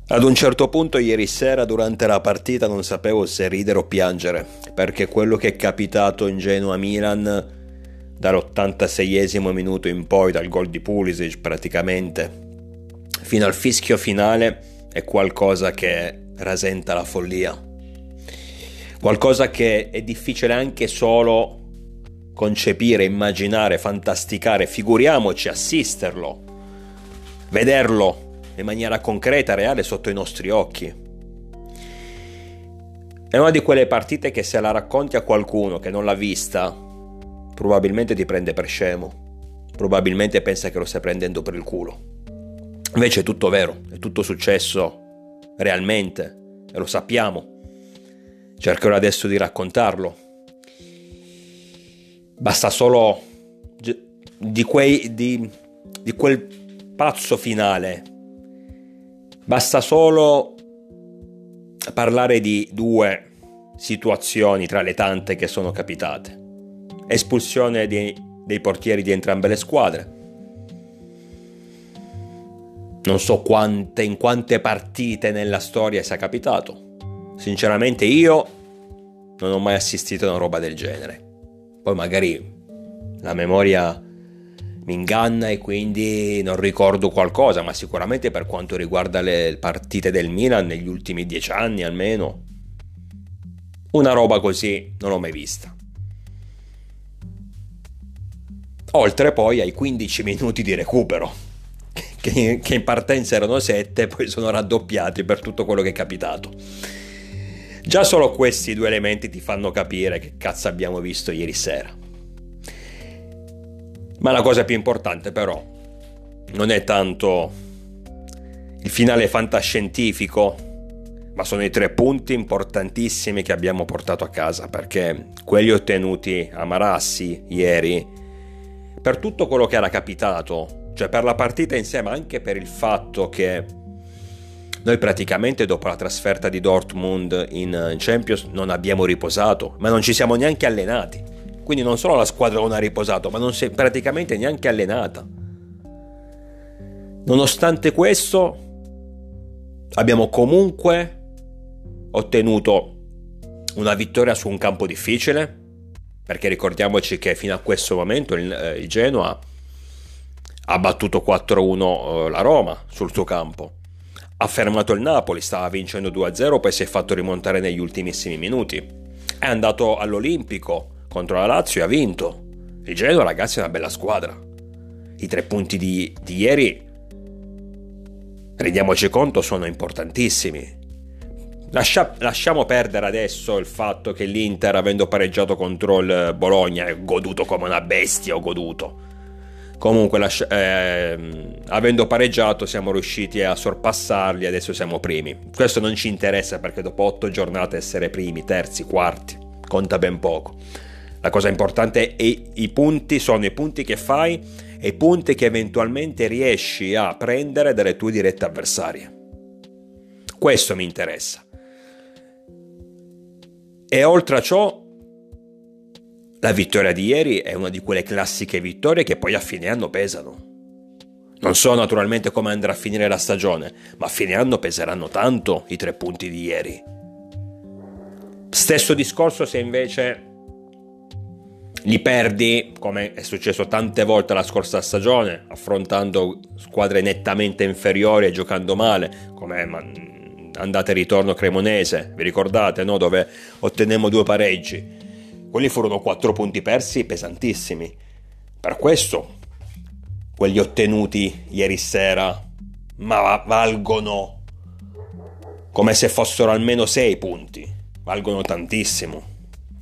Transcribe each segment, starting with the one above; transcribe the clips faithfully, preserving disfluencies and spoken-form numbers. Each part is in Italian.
Ad un certo punto ieri sera durante la partita non sapevo se ridere o piangere, perché quello che è capitato in Genoa-Milan dall'ottantaseiesimo minuto in poi, dal gol di Pulisic praticamente, fino al fischio finale, è qualcosa che rasenta la follia. Qualcosa che è difficile anche solo concepire, immaginare, fantasticare, figuriamoci assisterlo, vederlo in maniera concreta, reale, sotto i nostri occhi. È una di quelle partite che se la racconti a qualcuno che non l'ha vista, probabilmente ti prende per scemo, probabilmente pensa che lo stai prendendo per il culo. Invece è tutto vero, è tutto successo realmente e lo sappiamo. Cercherò adesso di raccontarlo. Basta solo di, quei, di, di quel pazzo finale. Basta solo parlare di due situazioni tra le tante che sono capitate. Espulsione di, dei portieri di entrambe le squadre. Non so quante, in quante partite nella storia sia capitato. Sinceramente io non ho mai assistito a una roba del genere. Poi magari la memoria mi inganna e quindi non ricordo qualcosa, ma sicuramente per quanto riguarda le partite del Milan negli ultimi dieci anni almeno, una roba così non l'ho mai vista. Oltre poi ai quindici minuti di recupero, che, che in partenza erano sette, poi sono raddoppiati per tutto quello che è capitato. Già solo questi due elementi ti fanno capire che cazzo abbiamo visto ieri sera. Ma la cosa più importante però non è tanto il finale fantascientifico, ma sono i tre punti importantissimi che abbiamo portato a casa, perché quelli ottenuti a Marassi ieri, per tutto quello che era capitato, cioè per la partita insieme, anche per il fatto che noi praticamente dopo la trasferta di Dortmund in Champions non abbiamo riposato, ma non ci siamo neanche allenati. Quindi non solo la squadra non ha riposato, ma non si è praticamente neanche allenata. Nonostante questo, abbiamo comunque ottenuto una vittoria su un campo difficile, perché ricordiamoci che fino a questo momento il, eh, il Genoa ha battuto quattro a uno eh, la Roma sul suo campo. Ha fermato il Napoli, stava vincendo due a zero, poi si è fatto rimontare negli ultimissimi minuti. È andato all'Olimpico contro la Lazio e ha vinto. Il Genoa, ragazzi, è una bella squadra. I tre punti di, di ieri, rendiamoci conto, sono importantissimi. Lascia, lasciamo perdere adesso il fatto che l'Inter, avendo pareggiato contro il Bologna, è goduto come una bestia, ho goduto. Comunque, lascia, eh, avendo pareggiato, siamo riusciti a sorpassarli, adesso siamo primi. Questo non ci interessa, perché dopo otto giornate essere primi, terzi, quarti, conta ben poco. La cosa importante è i punti, sono i punti che fai e i punti che eventualmente riesci a prendere dalle tue dirette avversarie. Questo mi interessa. E oltre a ciò, la vittoria di ieri è una di quelle classiche vittorie che poi a fine anno pesano. Non so naturalmente come andrà a finire la stagione, ma a fine anno peseranno tanto i tre punti di ieri. Stesso discorso se invece li perdi, come è successo tante volte la scorsa stagione, affrontando squadre nettamente inferiori e giocando male, come andata e ritorno cremonese, vi ricordate, no? Dove ottenemmo due pareggi. Quelli furono quattro punti persi pesantissimi. Per questo quelli ottenuti ieri sera ma valgono come se fossero almeno sei punti, valgono tantissimo.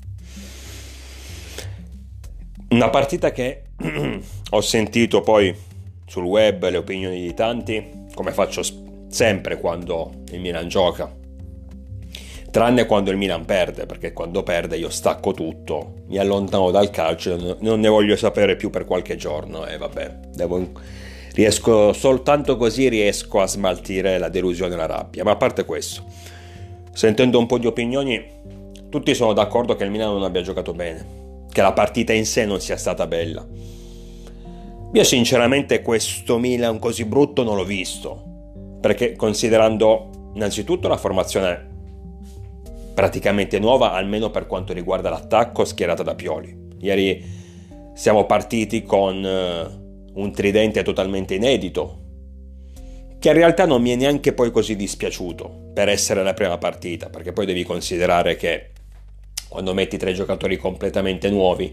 Una partita che ho sentito poi sul web le opinioni di tanti, come faccio sempre quando il Milan gioca, tranne quando il Milan perde, perché quando perde io stacco tutto, mi allontano dal calcio, non ne voglio sapere più per qualche giorno e vabbè, devo, riesco soltanto così riesco a smaltire la delusione e la rabbia. Ma a parte questo, sentendo un po' di opinioni, tutti sono d'accordo che il Milan non abbia giocato bene, che la partita in sé non sia stata bella. Io sinceramente questo Milan così brutto non l'ho visto, perché considerando innanzitutto la formazione praticamente nuova, almeno per quanto riguarda l'attacco, schierata da Pioli. Ieri siamo partiti con un tridente totalmente inedito, che in realtà non mi è neanche poi così dispiaciuto per essere la prima partita, perché poi devi considerare che quando metti tre giocatori completamente nuovi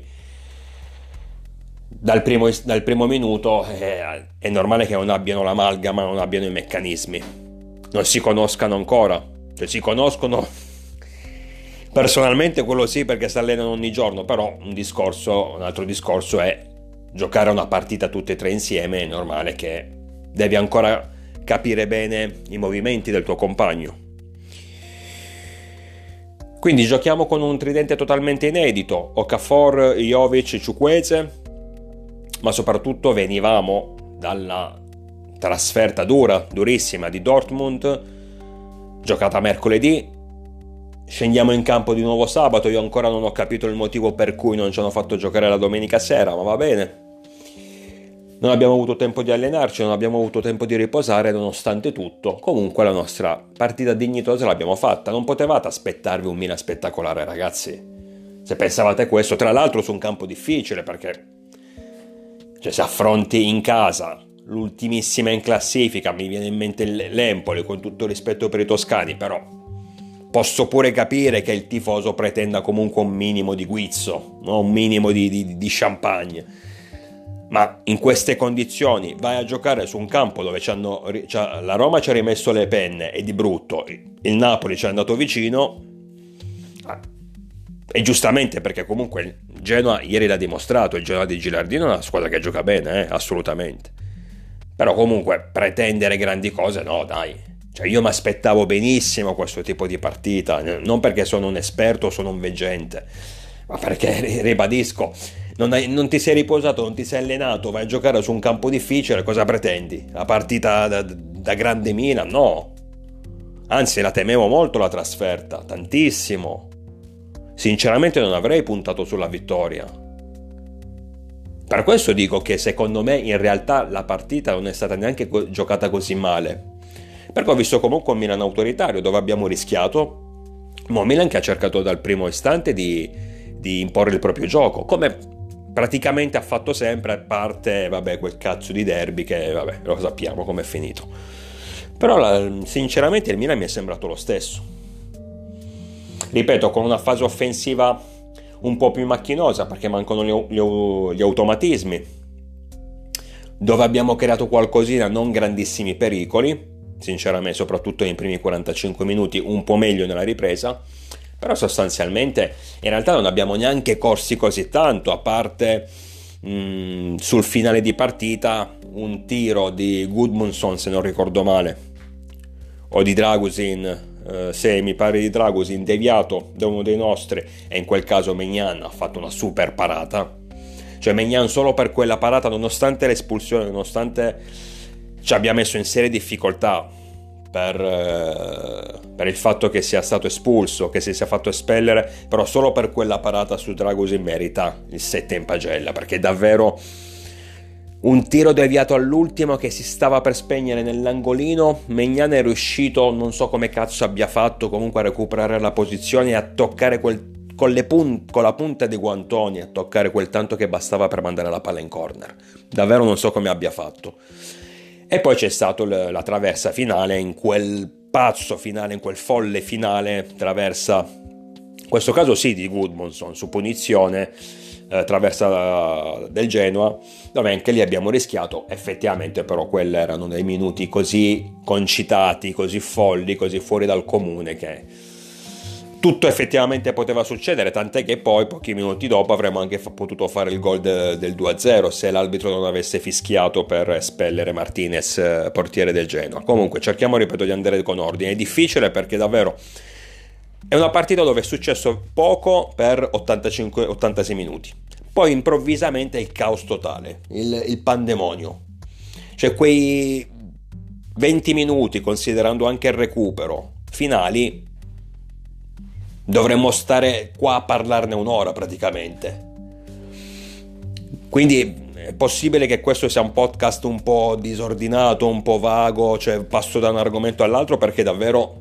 dal primo, dal primo minuto eh, è normale che non abbiano l'amalgama, non abbiano i meccanismi, non si conoscano ancora, cioè si conoscono personalmente, quello sì, perché si allenano ogni giorno, però un discorso, un altro discorso è giocare una partita tutte e tre insieme. È normale che devi ancora capire bene i movimenti del tuo compagno. Quindi giochiamo con un tridente totalmente inedito, Okafor, Jovic, Chukwueze, ma soprattutto venivamo dalla trasferta dura, durissima di Dortmund, giocata mercoledì. Scendiamo in campo di nuovo sabato. Io ancora non ho capito il motivo per cui non ci hanno fatto giocare la domenica sera, ma va bene. Non abbiamo avuto tempo di allenarci, non abbiamo avuto tempo di riposare, nonostante tutto. Comunque la nostra partita dignitosa l'abbiamo fatta. Non potevate aspettarvi un Milan spettacolare, ragazzi. Se pensavate questo, tra l'altro su un campo difficile, perché cioè, se affronti in casa l'ultimissima in classifica, mi viene in mente l'Empoli, con tutto rispetto per i toscani, però posso pure capire che il tifoso pretenda comunque un minimo di guizzo, no? Un minimo di, di, di champagne. Ma in queste condizioni vai a giocare su un campo dove ci hanno, cioè, la Roma ci ha rimesso le penne e di brutto, il Napoli ci è andato vicino, e giustamente, perché comunque il Genoa ieri l'ha dimostrato, il Genoa di Gilardino è una squadra che gioca bene, eh, assolutamente. Però comunque pretendere grandi cose no, dai. Cioè io mi aspettavo benissimo questo tipo di partita, non perché sono un esperto o sono un veggente, ma perché, ribadisco, non, hai, non ti sei riposato, non ti sei allenato, vai a giocare su un campo difficile, cosa pretendi? La partita da, da grande Milan? No. Anzi, la temevo molto la trasferta, tantissimo. Sinceramente non avrei puntato sulla vittoria. Per questo dico che secondo me in realtà la partita non è stata neanche co- giocata così male. Perché ho visto comunque un Milan autoritario dove abbiamo rischiato, ma un Milan che ha cercato dal primo istante di, di imporre il proprio gioco, come praticamente ha fatto sempre, a parte vabbè quel cazzo di derby che vabbè lo sappiamo com'è finito. Però la, sinceramente il Milan mi è sembrato lo stesso. Ripeto, con una fase offensiva un po' più macchinosa perché mancano gli, gli, gli automatismi, dove abbiamo creato qualcosina, non grandissimi pericoli, sinceramente, soprattutto nei primi quarantacinque minuti, un po' meglio nella ripresa, però sostanzialmente in realtà non abbiamo neanche corsi così tanto, a parte mh, sul finale di partita un tiro di Gudmundsson, se non ricordo male, o di Dragusin, eh, se mi pare di Dragusin, deviato da uno dei nostri, e in quel caso Maignan ha fatto una super parata. Cioè Maignan solo per quella parata, nonostante l'espulsione, nonostante ci abbia messo in serie difficoltà per, eh, per il fatto che sia stato espulso, che si sia fatto espellere, però solo per quella parata su Dragusin merita il sette in pagella, perché davvero un tiro deviato all'ultimo che si stava per spegnere nell'angolino, Maignan è riuscito, non so come cazzo abbia fatto, comunque a recuperare la posizione e a toccare quel con, le pun- con la punta dei guantoni, a toccare quel tanto che bastava per mandare la palla in corner. Davvero non so come abbia fatto. E poi c'è stata la traversa finale, in quel pazzo finale, in quel folle finale, traversa, in questo caso sì di Gudmundsson, su punizione, eh, traversa del Genoa, dove anche lì abbiamo rischiato. Effettivamente però quelli erano dei minuti così concitati, così folli, così fuori dal comune, che tutto effettivamente poteva succedere, tant'è che poi pochi minuti dopo avremmo anche fa- potuto fare il gol de- del due a zero se l'arbitro non avesse fischiato per espellere Martinez, portiere del Genoa. Comunque cerchiamo, ripeto, di andare con ordine. È difficile perché davvero è una partita dove è successo poco per ottantacinque ottantasei minuti, poi improvvisamente il caos totale, il, il pandemonio, cioè quei venti minuti, considerando anche il recupero finali, dovremmo stare qua a parlarne un'ora praticamente. Quindi è possibile che questo sia un podcast un po' disordinato, un po' vago, cioè passo da un argomento all'altro perché davvero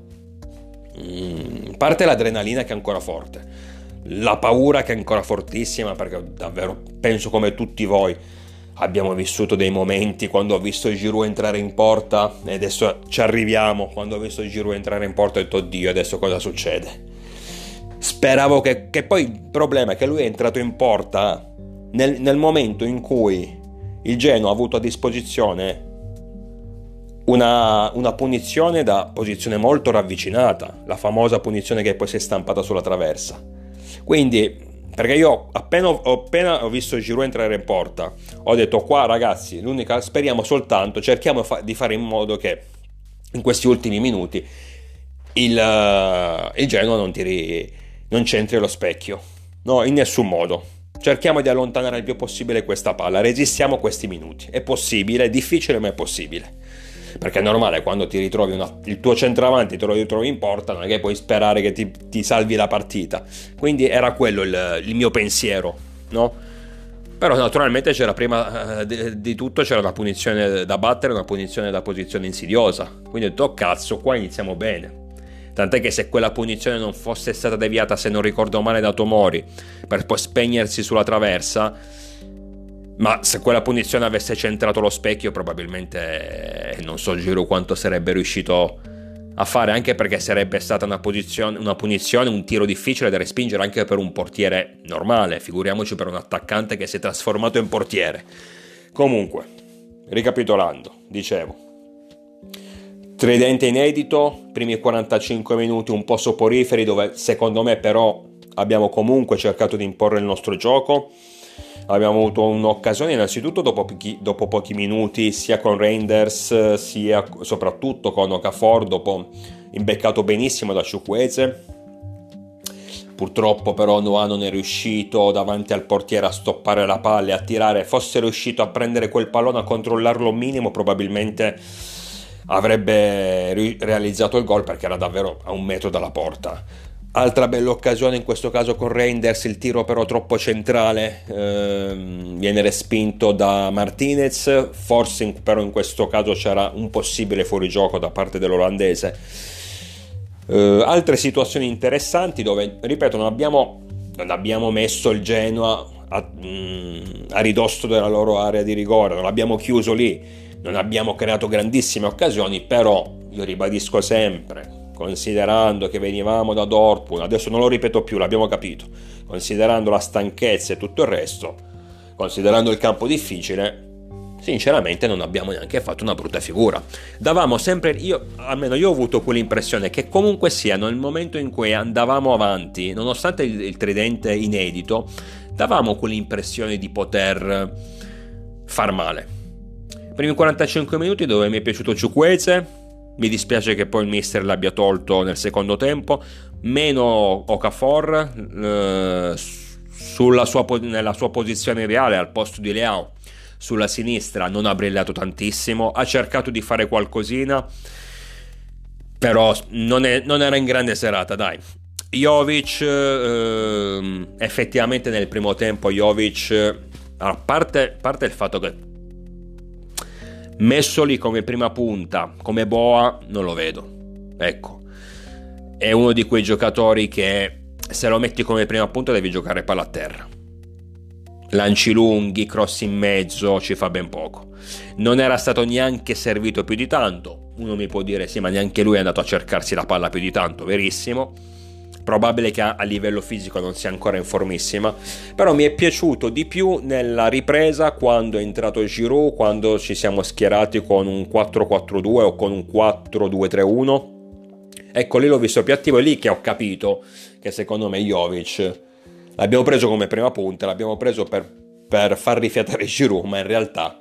mm, parte l'adrenalina che è ancora forte, la paura che è ancora fortissima, perché davvero penso come tutti voi abbiamo vissuto dei momenti quando ho visto Giroud entrare in porta, e adesso ci arriviamo, quando ho visto Giroud entrare in porta ho detto oddio, adesso cosa succede? Speravo che, che poi il problema è che lui è entrato in porta nel, nel momento in cui il Genoa ha avuto a disposizione una, una punizione da posizione molto ravvicinata, la famosa punizione che poi si è stampata sulla traversa. Quindi, perché io appena ho, appena ho visto Giroud entrare in porta ho detto qua ragazzi, l'unica, speriamo soltanto, cerchiamo fa, di fare in modo che in questi ultimi minuti il, uh, il Genoa non tiri, non c'entri lo specchio, no, in nessun modo. Cerchiamo di allontanare il più possibile questa palla, resistiamo questi minuti. È possibile, è difficile ma è possibile. Perché è normale, quando ti ritrovi una, il tuo centravanti te lo ritrovi in porta, non è che puoi sperare che ti, ti salvi la partita. Quindi era quello il, il mio pensiero, no? Però naturalmente c'era prima eh, di, di tutto c'era una punizione da battere, una punizione da posizione insidiosa. Quindi ho detto oh, cazzo, qua iniziamo bene. Tant'è che se quella punizione non fosse stata deviata, se non ricordo male, da Tomori per poi spegnersi sulla traversa, ma se quella punizione avesse centrato lo specchio probabilmente non so Giroud quanto sarebbe riuscito a fare, anche perché sarebbe stata una, posizione, una punizione, un tiro difficile da respingere anche per un portiere normale, figuriamoci per un attaccante che si è trasformato in portiere. Comunque, ricapitolando, dicevo, tridente inedito, primi quarantacinque minuti un po' soporiferi, dove secondo me però abbiamo comunque cercato di imporre il nostro gioco. Abbiamo avuto un'occasione innanzitutto dopo pochi, dopo pochi minuti, sia con Reinders sia soprattutto con Okafor, dopo imbeccato benissimo da Chukwueze. Purtroppo però Noah non è riuscito davanti al portiere a stoppare la palla e a tirare. Fosse riuscito a prendere quel pallone, a controllarlo minimo, probabilmente avrebbe realizzato il gol, perché era davvero a un metro dalla porta. Altra bella occasione in questo caso con Reinders, il tiro però troppo centrale, ehm, viene respinto da Martinez, forse in, però in questo caso c'era un possibile fuorigioco da parte dell'olandese. Eh, altre situazioni interessanti dove, ripeto, non abbiamo, non abbiamo messo il Genoa a, mm, a ridosso della loro area di rigore, non l'abbiamo chiuso lì, non abbiamo creato grandissime occasioni, però io ribadisco sempre, considerando che venivamo da Dortmund, adesso non lo ripeto più, l'abbiamo capito, considerando la stanchezza e tutto il resto, considerando il campo difficile, sinceramente non abbiamo neanche fatto una brutta figura. Davamo sempre, io almeno io ho avuto quell'impressione che comunque sia nel momento in cui andavamo avanti, nonostante il, il tridente inedito, davamo quell'impressione di poter far male. Primi quarantacinque minuti dove mi è piaciuto Chukwueze. Mi dispiace che poi il mister l'abbia tolto nel secondo tempo, meno Okafor eh, sulla sua, nella sua posizione reale al posto di Leao sulla sinistra non ha brillato tantissimo, ha cercato di fare qualcosina, però non, è, non era in grande serata, dai. Jovic, eh, effettivamente nel primo tempo Jovic, a parte, parte il fatto che messo lì come prima punta, come boa, non lo vedo. Ecco, è uno di quei giocatori che se lo metti come prima punta devi giocare palla a terra. Lanci lunghi, cross in mezzo, ci fa ben poco. Non era stato neanche servito più di tanto. Uno mi può dire sì, ma neanche lui è andato a cercarsi la palla più di tanto, verissimo. Probabile che a livello fisico non sia ancora in formissima, però mi è piaciuto di più nella ripresa quando è entrato Giroud, quando ci siamo schierati con un quattro quattro due o con un quattro due tre uno. Ecco, lì l'ho visto più attivo, è lì che ho capito che secondo me Jovic l'abbiamo preso come prima punta, l'abbiamo preso per, per far rifiatare Giroud, ma in realtà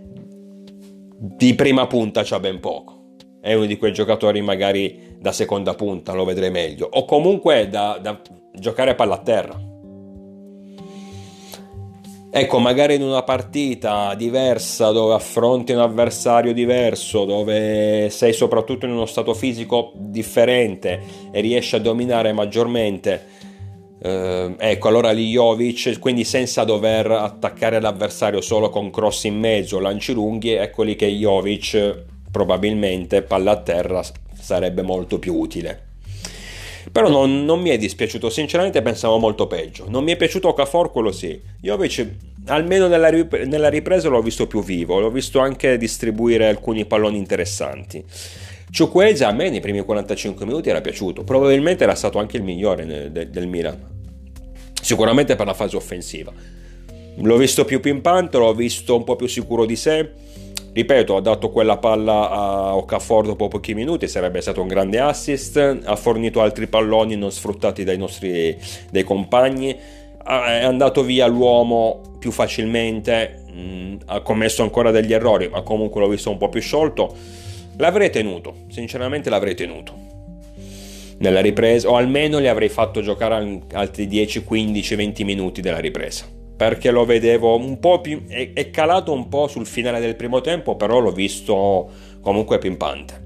di prima punta c'ha ben poco. È uno di quei giocatori magari da seconda punta, lo vedrei meglio, o comunque da, da giocare a palla a terra. Ecco, magari in una partita diversa dove affronti un avversario diverso, dove sei soprattutto in uno stato fisico differente e riesci a dominare maggiormente Eh, ecco, allora lì Jovic, quindi senza dover attaccare l'avversario solo con cross in mezzo, lanci lunghi, ecco lì che Jovic probabilmente palla a terra sarebbe molto più utile. Però non, non mi è dispiaciuto, sinceramente pensavo molto peggio. Non mi è piaciuto Okafor, quello sì. Jovic almeno nella, rip- nella ripresa l'ho visto più vivo, l'ho visto anche distribuire alcuni palloni interessanti. Chukwueze a me nei primi quarantacinque minuti era piaciuto, probabilmente era stato anche il migliore nel, de, del Milan, sicuramente per la fase offensiva. L'ho visto più pimpante, l'ho visto un po' più sicuro di sé. Ripeto, ha dato quella palla a Okafor dopo pochi minuti, sarebbe stato un grande assist, ha fornito altri palloni non sfruttati dai nostri dai compagni, è andato via l'uomo più facilmente, mh, ha commesso ancora degli errori, ma comunque l'ho visto un po' più sciolto. L'avrei tenuto, sinceramente l'avrei tenuto nella ripresa, o almeno gli avrei fatto giocare altri dieci, quindici, venti minuti della ripresa, perché lo vedevo un po' più, è, è calato un po' sul finale del primo tempo, però l'ho visto comunque pimpante.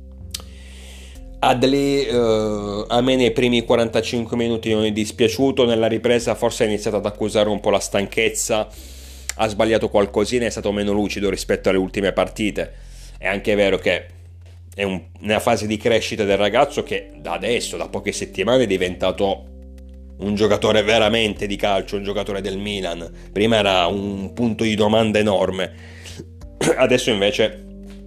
Adli eh, a me nei primi quarantacinque minuti non è dispiaciuto, nella ripresa forse ha iniziato ad accusare un po' la stanchezza, ha sbagliato qualcosina, è stato meno lucido rispetto alle ultime partite. È anche vero che è un, una fase di crescita del ragazzo che da adesso, da poche settimane, è diventato un giocatore veramente di calcio, un giocatore del Milan. Prima era un punto di domanda enorme, adesso invece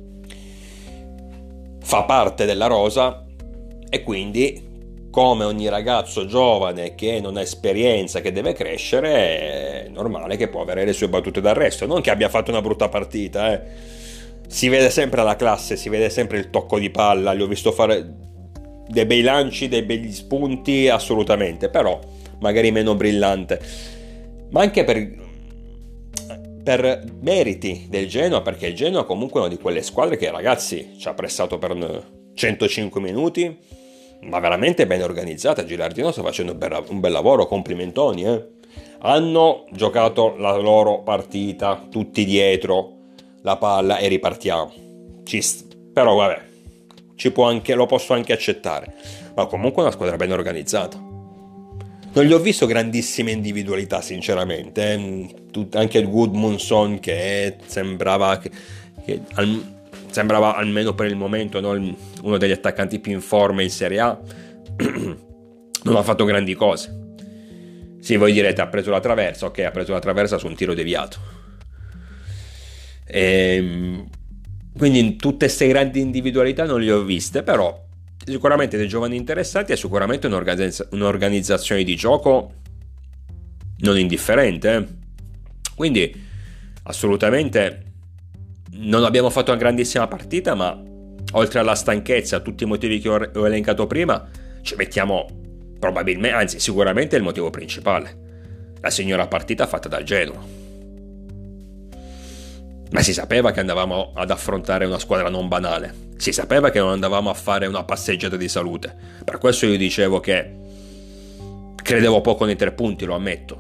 fa parte della rosa e quindi, come ogni ragazzo giovane che non ha esperienza, che deve crescere, è normale che può avere le sue battute d'arresto. Non che abbia fatto una brutta partita, eh. Si vede sempre la classe, si vede sempre il tocco di palla, gli ho visto fare dei bei lanci, dei begli spunti, assolutamente, però magari meno brillante, ma anche per, per meriti del Genoa, perché il Genoa comunque è una di quelle squadre che, ragazzi, ci ha pressato per centocinque minuti, ma veramente ben organizzata. Gilardino sta facendo un bel, un bel lavoro, complimentoni, eh. Hanno giocato la loro partita tutti dietro la palla e ripartiamo. Ci st- però vabbè, ci può anche, lo posso anche accettare, ma comunque è una squadra ben organizzata. Non gli ho visto grandissime individualità, sinceramente, eh. Tut- anche il Gudmundsson, che sembrava che, che al, sembrava almeno per il momento, no, uno degli attaccanti più in forma in Serie A, non ha fatto grandi cose. Sì, voi direte, ha preso la traversa, ok, ha preso la traversa su un tiro deviato. E quindi tutte queste grandi individualità non le ho viste, però sicuramente dei giovani interessati e sicuramente un'organizza- un'organizzazione di gioco non indifferente, eh? Quindi assolutamente non abbiamo fatto una grandissima partita, ma oltre alla stanchezza, tutti i motivi che ho, ho elencato prima, ci mettiamo probabilmente, anzi sicuramente è il motivo principale: la signora partita fatta dal Genoa. Ma si sapeva che andavamo ad affrontare una squadra non banale, si sapeva che non andavamo a fare una passeggiata di salute. Per questo io dicevo che credevo poco nei tre punti, lo ammetto.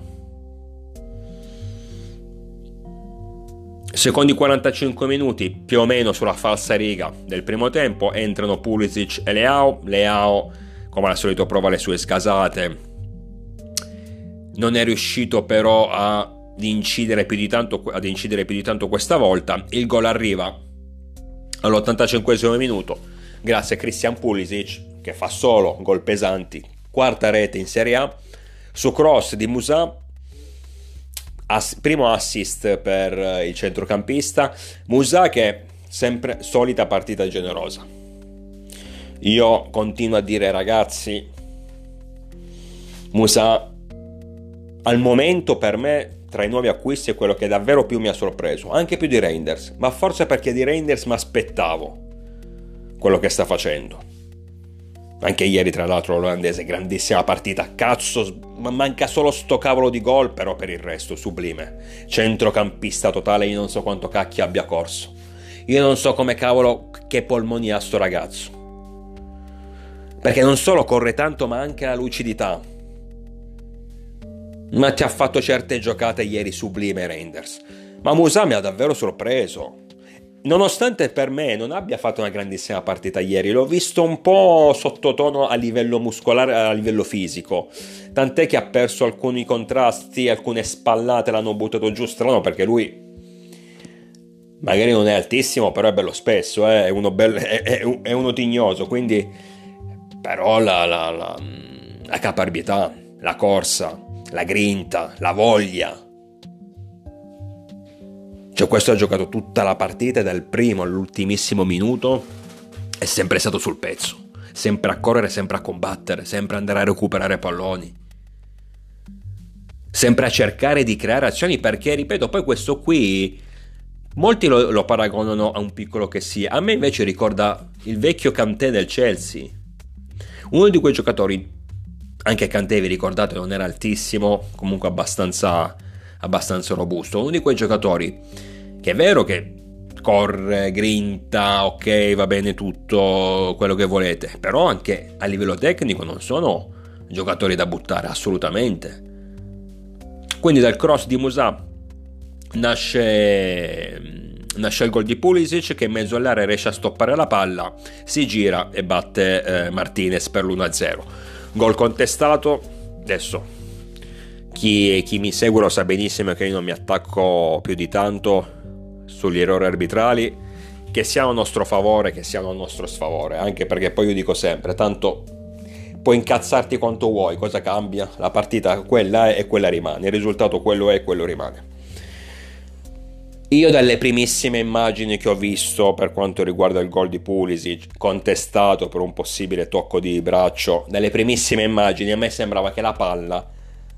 Secondi quarantacinque minuti, più o meno sulla falsa riga del primo tempo, entrano Pulisic e Leao. Leao, come al solito, prova le sue sgasate, non è riuscito però a Ad incidere, più di tanto, ad incidere più di tanto questa volta. Il gol arriva all'ottantacinquesimo minuto grazie a Christian Pulisic, che fa solo gol pesanti, quarta rete in Serie A su cross di Musà, ass- primo assist per il centrocampista Musà, che sempre solita partita generosa. Io continuo a dire, ragazzi, Musà al momento per me tra i nuovi acquisti è quello che davvero più mi ha sorpreso, anche più di Reinders, ma forse perché di Reinders mi aspettavo quello che sta facendo. Anche ieri, tra l'altro, l'olandese, grandissima partita, cazzo, ma manca solo sto cavolo di gol, però per il resto sublime, centrocampista totale. Io non so quanto cacchio abbia corso, io non so come cavolo, che polmoni ha sto ragazzo, perché non solo corre tanto ma anche la lucidità. Ma ti ha fatto certe giocate ieri sublime Reinders, ma Musà mi ha davvero sorpreso. nonostante per me non abbia fatto una grandissima partita ieri, l'ho visto un po' sottotono a livello muscolare, a livello fisico, tant'è che ha perso alcuni contrasti, alcune spallate l'hanno buttato giù, strano perché lui magari non è altissimo, però è bello spesso, eh? è, uno bello, è, è, è uno tignoso, quindi però la, la, la, la caparbietà, la corsa, la grinta, la voglia. Cioè questo ha giocato tutta la partita, dal primo all'ultimissimo minuto è sempre stato sul pezzo, sempre a correre, sempre a combattere, sempre andare a recuperare palloni, sempre a cercare di creare azioni, perché ripeto, poi questo qui molti lo, lo paragonano a un piccolo che sia, a me invece ricorda il vecchio Kanté del Chelsea, uno di quei giocatori, anche Kanté vi ricordate non era altissimo, comunque abbastanza abbastanza robusto, uno di quei giocatori che è vero che corre, grinta, ok, va bene tutto quello che volete, però anche a livello tecnico non sono giocatori da buttare assolutamente. Quindi dal cross di Musà nasce nasce il gol di Pulisic, che in mezzo all'area riesce a stoppare la palla, si gira e batte eh, Martinez per l'uno a zero. Gol contestato. Adesso Chi, chi mi segue lo sa benissimo che io non mi attacco più di tanto sugli errori arbitrali, che siano a nostro favore, che siano a nostro sfavore, anche perché poi io dico sempre, tanto puoi incazzarti quanto vuoi, cosa cambia? La partita quella è e quella rimane, il risultato quello è e quello rimane. Io dalle primissime immagini che ho visto per quanto riguarda il gol di Pulisic, contestato per un possibile tocco di braccio, dalle primissime immagini a me sembrava che la palla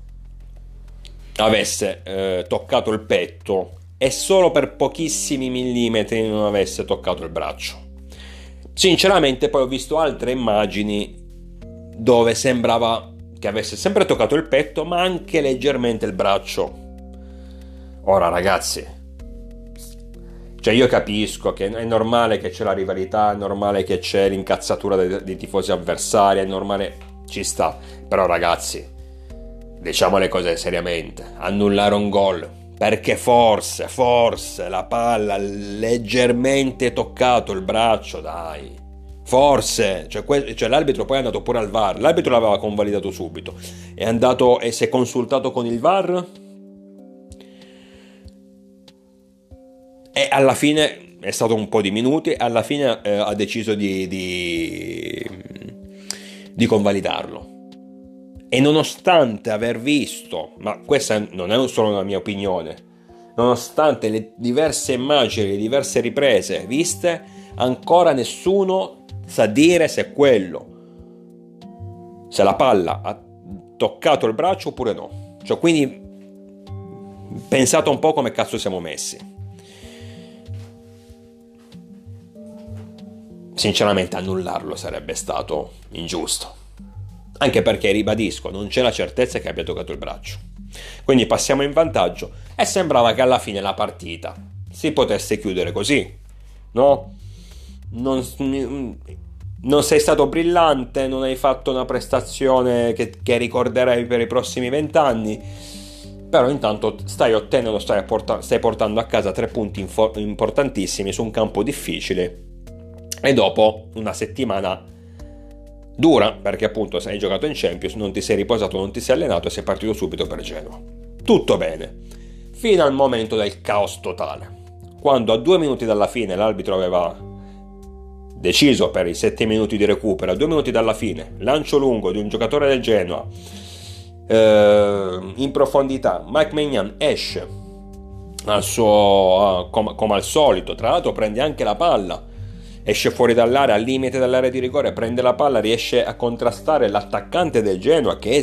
avesse eh, toccato il petto e solo per pochissimi millimetri non avesse toccato il braccio. Sinceramente poi ho visto altre immagini dove sembrava che avesse sempre toccato il petto ma anche leggermente il braccio. Ora ragazzi, cioè io capisco che è normale che c'è la rivalità, è normale che c'è l'incazzatura dei, dei tifosi avversari, è normale, ci sta, però ragazzi, diciamo le cose seriamente, annullare un gol perché forse, forse la palla ha leggermente toccato il braccio, dai, forse, cioè, que- cioè l'arbitro poi è andato pure al V A R, l'arbitro l'aveva convalidato subito, è andato e si è consultato con il V A R e alla fine è stato un po' di minuti, alla fine eh, ha deciso di, di, di convalidarlo. E nonostante aver visto, ma questa non è solo una mia opinione, nonostante le diverse immagini, le diverse riprese viste, ancora nessuno sa dire se quello, se la palla ha toccato il braccio oppure no. Cioè, quindi pensate un po' come cazzo siamo messi. Sinceramente annullarlo sarebbe stato ingiusto. Anche perché, ribadisco, non c'è la certezza che abbia toccato il braccio. Quindi passiamo in vantaggio e sembrava che alla fine la partita si potesse chiudere così, no? Non, non sei stato brillante, non hai fatto una prestazione che, che ricorderai per i prossimi vent'anni, però intanto stai ottenendo, stai, porta, stai portando a casa tre punti info, importantissimi su un campo difficile e dopo una settimana dura, perché appunto se hai giocato in Champions, non ti sei riposato, non ti sei allenato e sei partito subito per Genova. Tutto bene, fino al momento del caos totale, quando a due minuti dalla fine l'arbitro aveva deciso per i sette minuti di recupero, a due minuti dalla fine, lancio lungo di un giocatore del Genoa, eh, in profondità, Mike Maignan esce al suo, come, come al solito, tra l'altro prende anche la palla, esce fuori dall'area, al limite dell'area di rigore, prende la palla, riesce a contrastare l'attaccante del Genoa che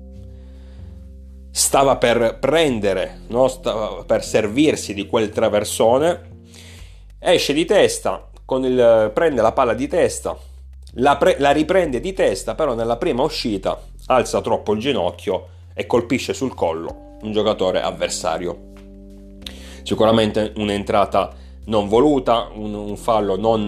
stava per prendere, no? Stava per servirsi di quel traversone, esce di testa, con il, prende la palla di testa, la, pre, la riprende di testa, però nella prima uscita alza troppo il ginocchio e colpisce sul collo un giocatore avversario. Sicuramente un'entrata non voluta, un, un fallo non,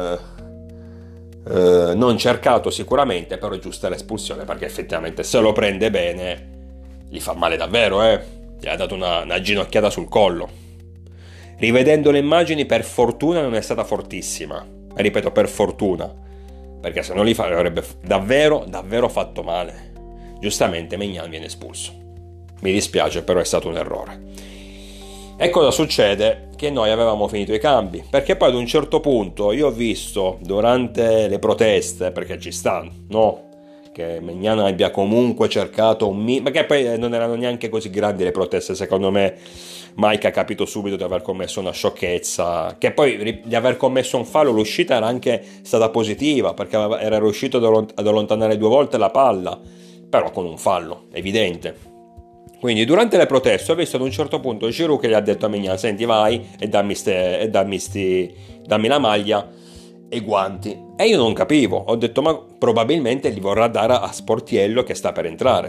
eh, non cercato sicuramente, però è giusta l'espulsione perché effettivamente se lo prende bene gli fa male davvero, eh? Gli ha dato una, una ginocchiata sul collo. Rivedendo le immagini, per fortuna non è stata fortissima, e ripeto per fortuna, perché se non li fa avrebbe davvero davvero fatto male. Giustamente Maignan viene espulso, mi dispiace, però è stato un errore. E cosa succede? Che noi avevamo finito i cambi, perché poi ad un certo punto io ho visto durante le proteste, perché ci stanno, no? Che Maignan abbia comunque cercato un mi- perché poi non erano neanche così grandi le proteste, secondo me Mike ha capito subito di aver commesso una sciocchezza, che poi di aver commesso un fallo, l'uscita era anche stata positiva, perché era riuscito ad allontanare due volte la palla, però con un fallo evidente. Quindi durante le proteste ho visto ad un certo punto Giroud che gli ha detto a Maignan: senti, vai e dammi, ste, e dammi, sti, dammi la maglia e i guanti. E io non capivo, ho detto ma probabilmente li vorrà dare a Sportiello che sta per entrare.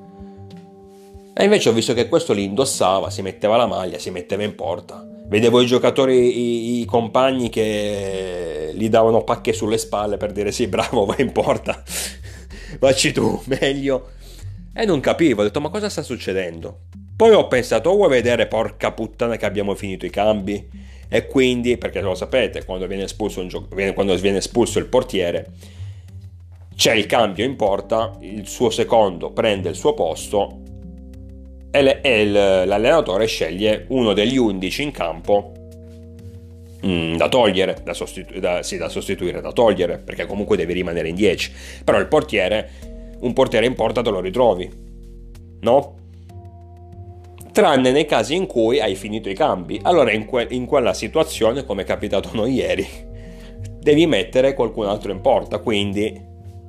E invece ho visto che questo li indossava, si metteva la maglia, si metteva in porta. Vedevo i giocatori, i, i compagni che gli davano pacche sulle spalle per dire sì, bravo, vai in porta, vacci tu, meglio. E non capivo, ho detto ma cosa sta succedendo? Poi ho pensato, vuoi vedere, porca puttana, che abbiamo finito i cambi? E quindi, perché lo sapete, quando viene espulso, un gio- quando viene espulso il portiere, c'è il cambio in porta, il suo secondo prende il suo posto e, le, e il, l'allenatore sceglie uno degli undici in campo mm, da togliere, da, sostitu- da, sì, da sostituire, da togliere, perché comunque devi rimanere in dieci. Però il portiere, un portiere in porta te lo ritrovi, no? Tranne nei casi in cui hai finito i cambi. Allora in, que- in quella situazione, come è capitato noi ieri, devi mettere qualcun altro in porta, quindi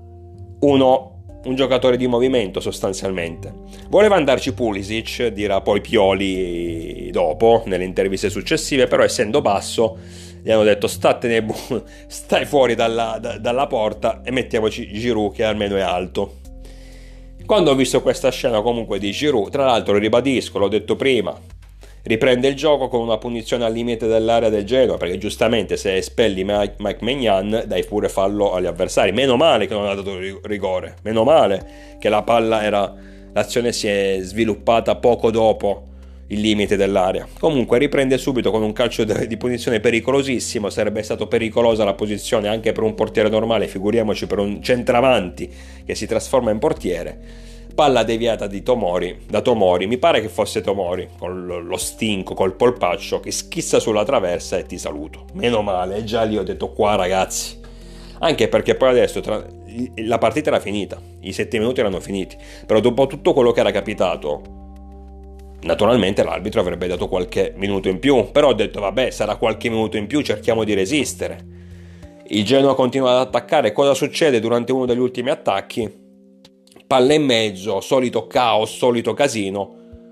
uno, un giocatore di movimento sostanzialmente. Voleva andarci Pulisic, dirà poi Pioli dopo, nelle interviste successive, però essendo basso gli hanno detto statene bu- stai fuori dalla, da, dalla porta e mettiamoci Giroud che almeno è alto. Quando ho visto questa scena comunque di Giroud, tra l'altro lo ribadisco, l'ho detto prima, riprende il gioco con una punizione al limite dell'area del Genoa, perché giustamente se espelli Mike Maignan dai pure fallo agli avversari. Meno male che non ha dato rigore, meno male che la palla era, l'azione si è sviluppata poco dopo il limite dell'area. Comunque riprende subito con un calcio di punizione pericolosissimo, sarebbe stato pericolosa la posizione anche per un portiere normale, figuriamoci per un centravanti che si trasforma in portiere. Palla deviata di Tomori, da Tomori, mi pare che fosse Tomori, con lo stinco, col polpaccio, che schizza sulla traversa e ti saluto. Meno male, già lì ho detto qua ragazzi. Anche perché poi adesso tra... la partita era finita, i sette minuti erano finiti, però dopo tutto quello che era capitato, naturalmente l'arbitro avrebbe dato qualche minuto in più, però ho detto vabbè, sarà qualche minuto in più, cerchiamo di resistere. Il Genoa continua ad attaccare. Cosa succede durante uno degli ultimi attacchi? Palla in mezzo, solito caos, solito casino,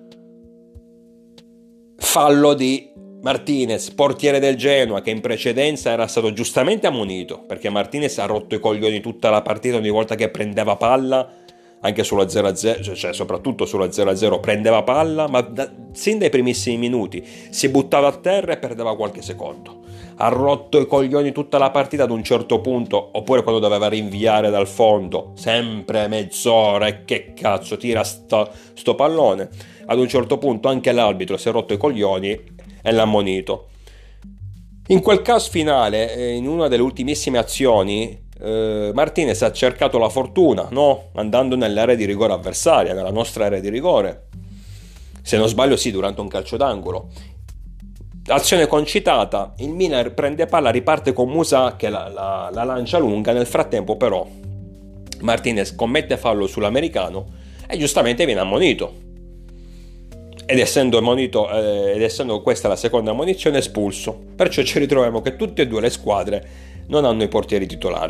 fallo di Martinez, portiere del Genoa, che in precedenza era stato giustamente ammonito, perché Martinez ha rotto i coglioni tutta la partita ogni volta che prendeva palla, anche sulla zero a zero, cioè soprattutto sulla zero a zero prendeva palla, ma da, sin dai primissimi minuti si buttava a terra e perdeva qualche secondo. Ha rotto i coglioni tutta la partita ad un certo punto, oppure quando doveva rinviare dal fondo, sempre mezz'ora, e che cazzo tira sto, sto pallone. Ad un certo punto anche l'arbitro si è rotto i coglioni e l'ha ammonito. In quel caso finale, in una delle ultimissime azioni, Uh, Martinez ha cercato la fortuna, no? Andando nell'area di rigore avversaria, nella nostra area di rigore, se non sbaglio sì, durante un calcio d'angolo. Azione concitata, il Milan prende palla, riparte con Musà che la, la, la lancia lunga. Nel frattempo però Martinez commette fallo sull'americano e giustamente viene ammonito, ed essendo ammonito eh, ed essendo questa la seconda ammonizione, espulso. Perciò ci ritroviamo che tutte e due le squadre non hanno i portieri titolari.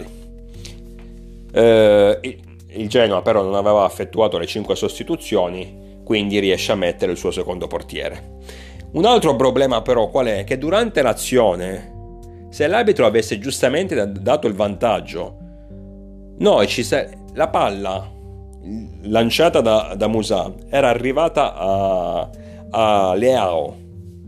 Eh, il Genoa però non aveva effettuato le cinque sostituzioni, quindi riesce a mettere il suo secondo portiere. Un altro problema però qual è? Che durante l'azione, se l'arbitro avesse giustamente dato il vantaggio, noi ci sa- la palla lanciata da, da Musà era arrivata a, a Leao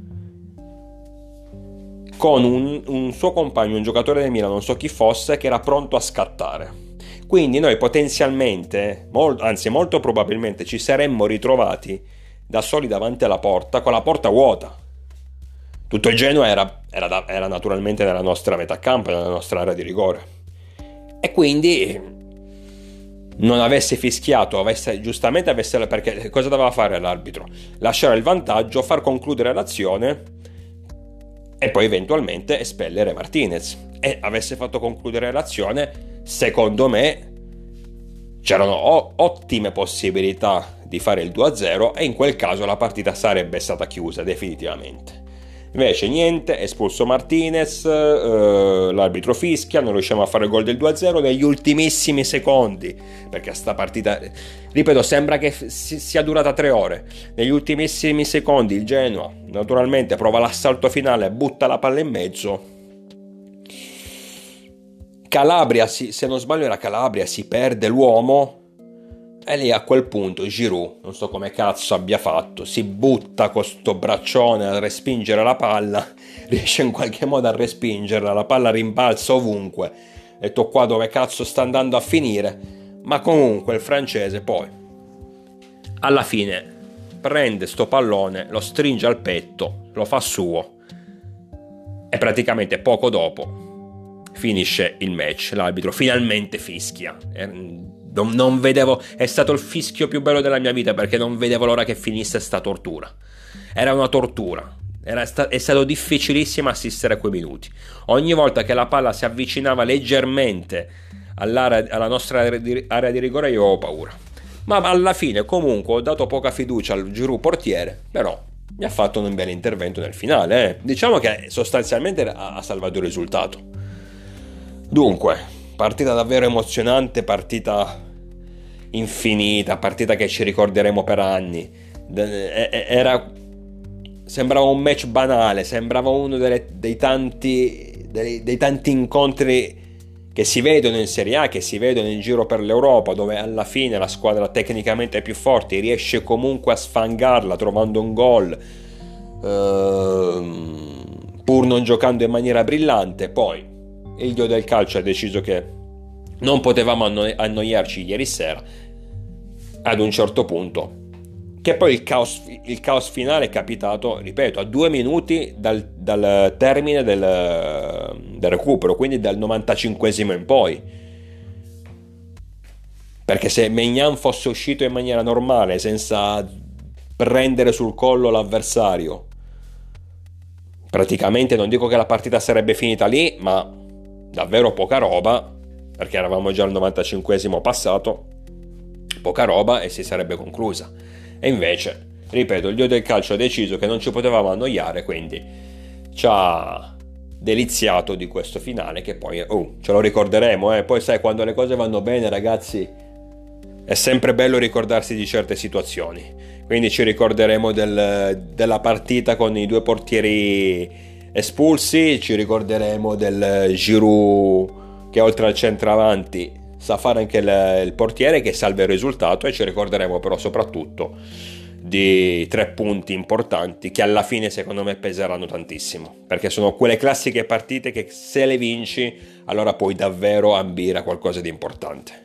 con un, un suo compagno, un giocatore del Milan, non so chi fosse, che era pronto a scattare. Quindi noi potenzialmente, mol, anzi molto probabilmente, ci saremmo ritrovati da soli davanti alla porta, con la porta vuota. Tutto il Genoa era, era, da, era naturalmente nella nostra metà campo, nella nostra area di rigore, e quindi non avesse fischiato, avesse, giustamente avesse, perché cosa doveva fare l'arbitro? Lasciare il vantaggio, far concludere l'azione e poi eventualmente espellere Martinez. E avesse fatto concludere l'azione, secondo me c'erano o- ottime possibilità di fare il due a zero, e in quel caso la partita sarebbe stata chiusa definitivamente. Invece niente, espulso Martinez, eh, l'arbitro fischia, non riusciamo a fare il gol del due a zero negli ultimissimi secondi, perché sta partita, ripeto, sembra che si- sia durata tre ore. Negli ultimissimi secondi il Genoa naturalmente prova l'assalto finale, butta la palla in mezzo. Calabria, si, se non sbaglio era Calabria, si perde l'uomo, e lì a quel punto Giroud, non so come cazzo abbia fatto, si butta con sto braccione a respingere la palla, riesce in qualche modo a respingerla, la palla rimbalza ovunque. Ho detto, qua dove cazzo sta andando a finire? Ma comunque il francese poi alla fine prende sto pallone, lo stringe al petto, lo fa suo, e praticamente poco dopo finisce il match. L'arbitro finalmente fischia. Non, non vedevo, è stato il fischio più bello della mia vita, perché non vedevo l'ora che finisse sta tortura. Era una tortura. Era sta, è stato difficilissimo assistere a quei minuti. Ogni volta che la palla si avvicinava leggermente all'area, alla nostra area di, area di rigore, io avevo paura. Ma alla fine comunque ho dato poca fiducia al Giroud portiere, però mi ha fatto un bel intervento nel finale. Eh. Diciamo che sostanzialmente ha, ha salvato il risultato. Dunque, partita davvero emozionante, partita infinita, partita che ci ricorderemo per anni. Era, sembrava un match banale, sembrava uno delle, dei tanti dei, dei tanti incontri che si vedono in Serie A, che si vedono in giro per l'Europa, dove alla fine la squadra tecnicamente più forte riesce comunque a sfangarla trovando un gol, ehm, pur non giocando in maniera brillante. Poi il dio del calcio ha deciso che non potevamo anno- annoiarci ieri sera, ad un certo punto, che poi il caos, il caos finale è capitato, ripeto, a due minuti dal, dal termine del, del recupero, quindi dal novantacinquesimo in poi. Perché se Maignan fosse uscito in maniera normale, senza prendere sul collo l'avversario, praticamente, non dico che la partita sarebbe finita lì, ma davvero poca roba, perché eravamo già al novantacinquesimo passato, poca roba, e si sarebbe conclusa. E invece, ripeto, il dio del calcio ha deciso che non ci potevamo annoiare, quindi ci ha deliziato di questo finale, che poi oh, ce lo ricorderemo, eh. Poi sai, quando le cose vanno bene, ragazzi, è sempre bello ricordarsi di certe situazioni. Quindi ci ricorderemo del, della partita con i due portieri espulsi, ci ricorderemo del Giroud che oltre al centravanti sa fare anche il, il portiere, che salva il risultato, e ci ricorderemo però soprattutto di tre punti importanti che alla fine secondo me peseranno tantissimo, perché sono quelle classiche partite che se le vinci allora puoi davvero ambire a qualcosa di importante.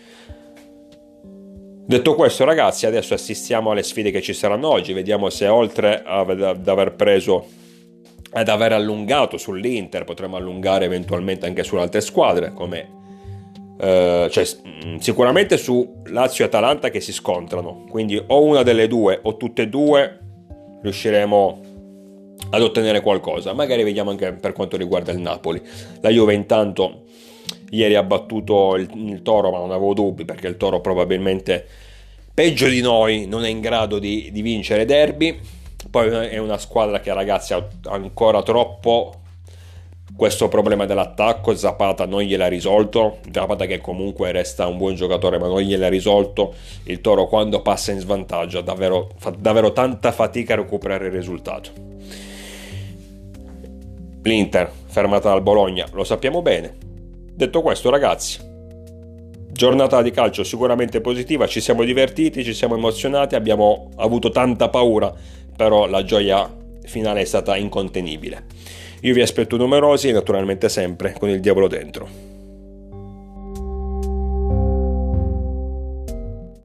Detto questo, ragazzi, adesso assistiamo alle sfide che ci saranno oggi, vediamo se oltre ad aver preso ad aver allungato sull'Inter potremo allungare eventualmente anche sulle altre squadre, come eh, cioè, sicuramente su Lazio e Atalanta, che si scontrano, quindi o una delle due o tutte e due riusciremo ad ottenere qualcosa. Magari vediamo anche per quanto riguarda il Napoli. La Juve intanto ieri ha battuto il, il Toro, ma non avevo dubbi, perché il Toro probabilmente peggio di noi non è in grado di, di vincere derby. Poi è una squadra che, ragazzi, ha ancora troppo questo problema dell'attacco. Zapata non gliel'ha risolto, Zapata che comunque resta un buon giocatore, ma non gliel'ha risolto. Il Toro, quando passa in svantaggio, davvero, fa davvero tanta fatica a recuperare il risultato. L'Inter fermata dal Bologna, lo sappiamo bene. Detto questo, ragazzi, giornata di calcio sicuramente positiva, ci siamo divertiti, ci siamo emozionati, abbiamo avuto tanta paura, però la gioia finale è stata incontenibile. Io vi aspetto numerosi e naturalmente sempre con il diavolo dentro.